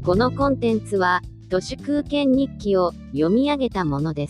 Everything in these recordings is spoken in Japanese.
このコンテンツは、都市空間日記を読み上げたものです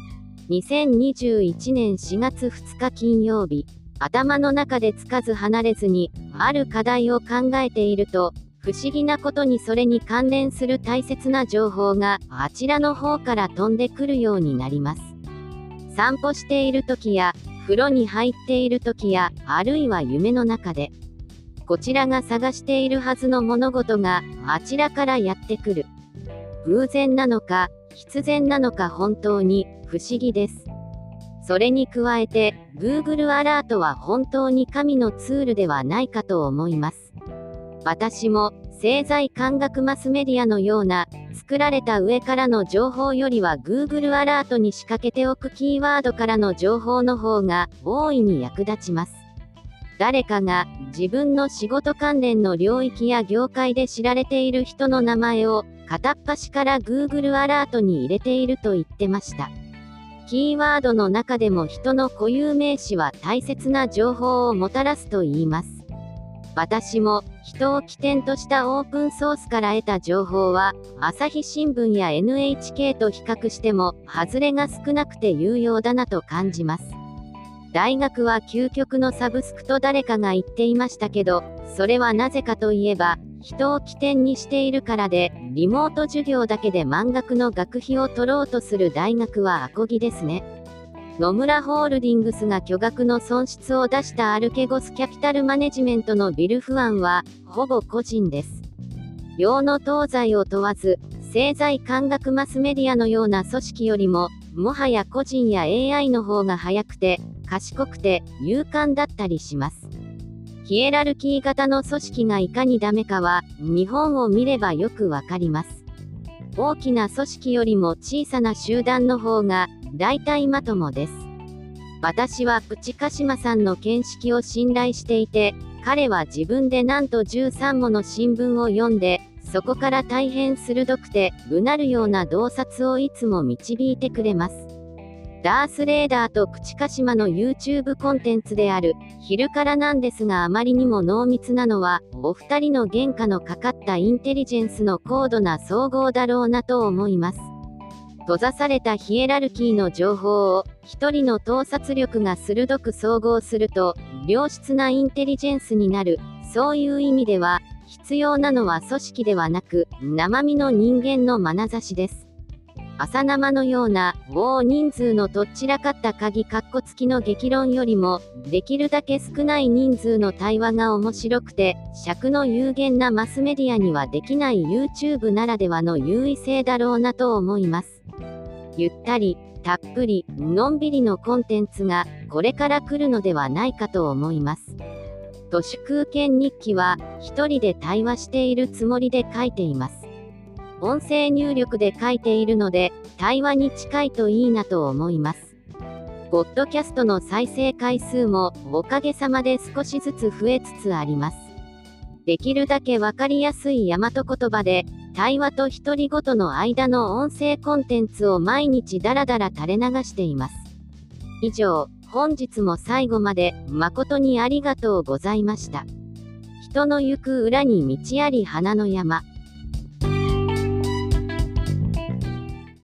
。2021年4月2日金曜日、頭の中でつかず離れずに、ある課題を考えていると、不思議なことにそれに関連する大切な情報があちらの方から飛んでくるようになります。散歩している時や、風呂に入っている時や、あるいは夢の中で、こちらが探しているはずの物事があちらからやってくる。偶然なのか、必然なのか本当に不思議です。それに加えて、Google アラートは本当に神のツールではないかと思います。私も、製材感覚マスメディアのような、作られた上からの情報よりは Google アラートに仕掛けておくキーワードからの情報の方が大いに役立ちます。誰かが自分の仕事関連の領域や業界で知られている人の名前を片っ端から Google アラートに入れていると言ってました。キーワードの中でも人の固有名詞は大切な情報をもたらすと言います。私も人を起点としたオープンソースから得た情報は朝日新聞や NHK と比較しても外れが少なくて有用だなと感じます。大学は究極のサブスクと誰かが言っていましたけど、それはなぜかといえば、人を起点にしているからで、リモート授業だけで満額の学費を取ろうとする大学はアコギですね。野村ホールディングスが巨額の損失を出したアルケゴスキャピタルマネジメントのビル・フアンは、ほぼ個人です。洋の東西を問わず、製材感覚マスメディアのような組織よりも、もはや個人や AI の方が早くて、賢くて、勇敢だったりします。ヒエラルキー型の組織がいかにダメかは、日本を見ればよくわかります。大きな組織よりも小さな集団の方が、大体まともです。私はプチカシマさんの見識を信頼していて、彼は自分でなんと13もの新聞を読んで、そこから大変鋭くて、うなるような洞察をいつも導いてくれます。ダース・レーダーとプチカシマの YouTube コンテンツである、昼からなんですがあまりにも濃密なのは、お二人の原価のかかったインテリジェンスの高度な総合だろうなと思います。閉ざされたヒエラルキーの情報を、一人の洞察力が鋭く総合すると、良質なインテリジェンスになる。そういう意味では、必要なのは組織ではなく、生身の人間の眼差しです。朝生のような、大人数のとっちらかった鍵カッコ付きの激論よりも、できるだけ少ない人数の対話が面白くて、尺の有限なマスメディアにはできない YouTube ならではの優位性だろうなと思います。ゆったり、たっぷり、のんびりのコンテンツが、これから来るのではないかと思います。都市空間日記は、一人で対話しているつもりで書いています。音声入力で書いているので、対話に近いといいなと思います。ポッドキャストの再生回数も、おかげさまで少しずつ増えつつあります。できるだけわかりやすい大和言葉で、対話と独り言の間の音声コンテンツを毎日ダラダラ垂れ流しています。以上、本日も最後まで誠にありがとうございました。人の行く裏に道あり花の山。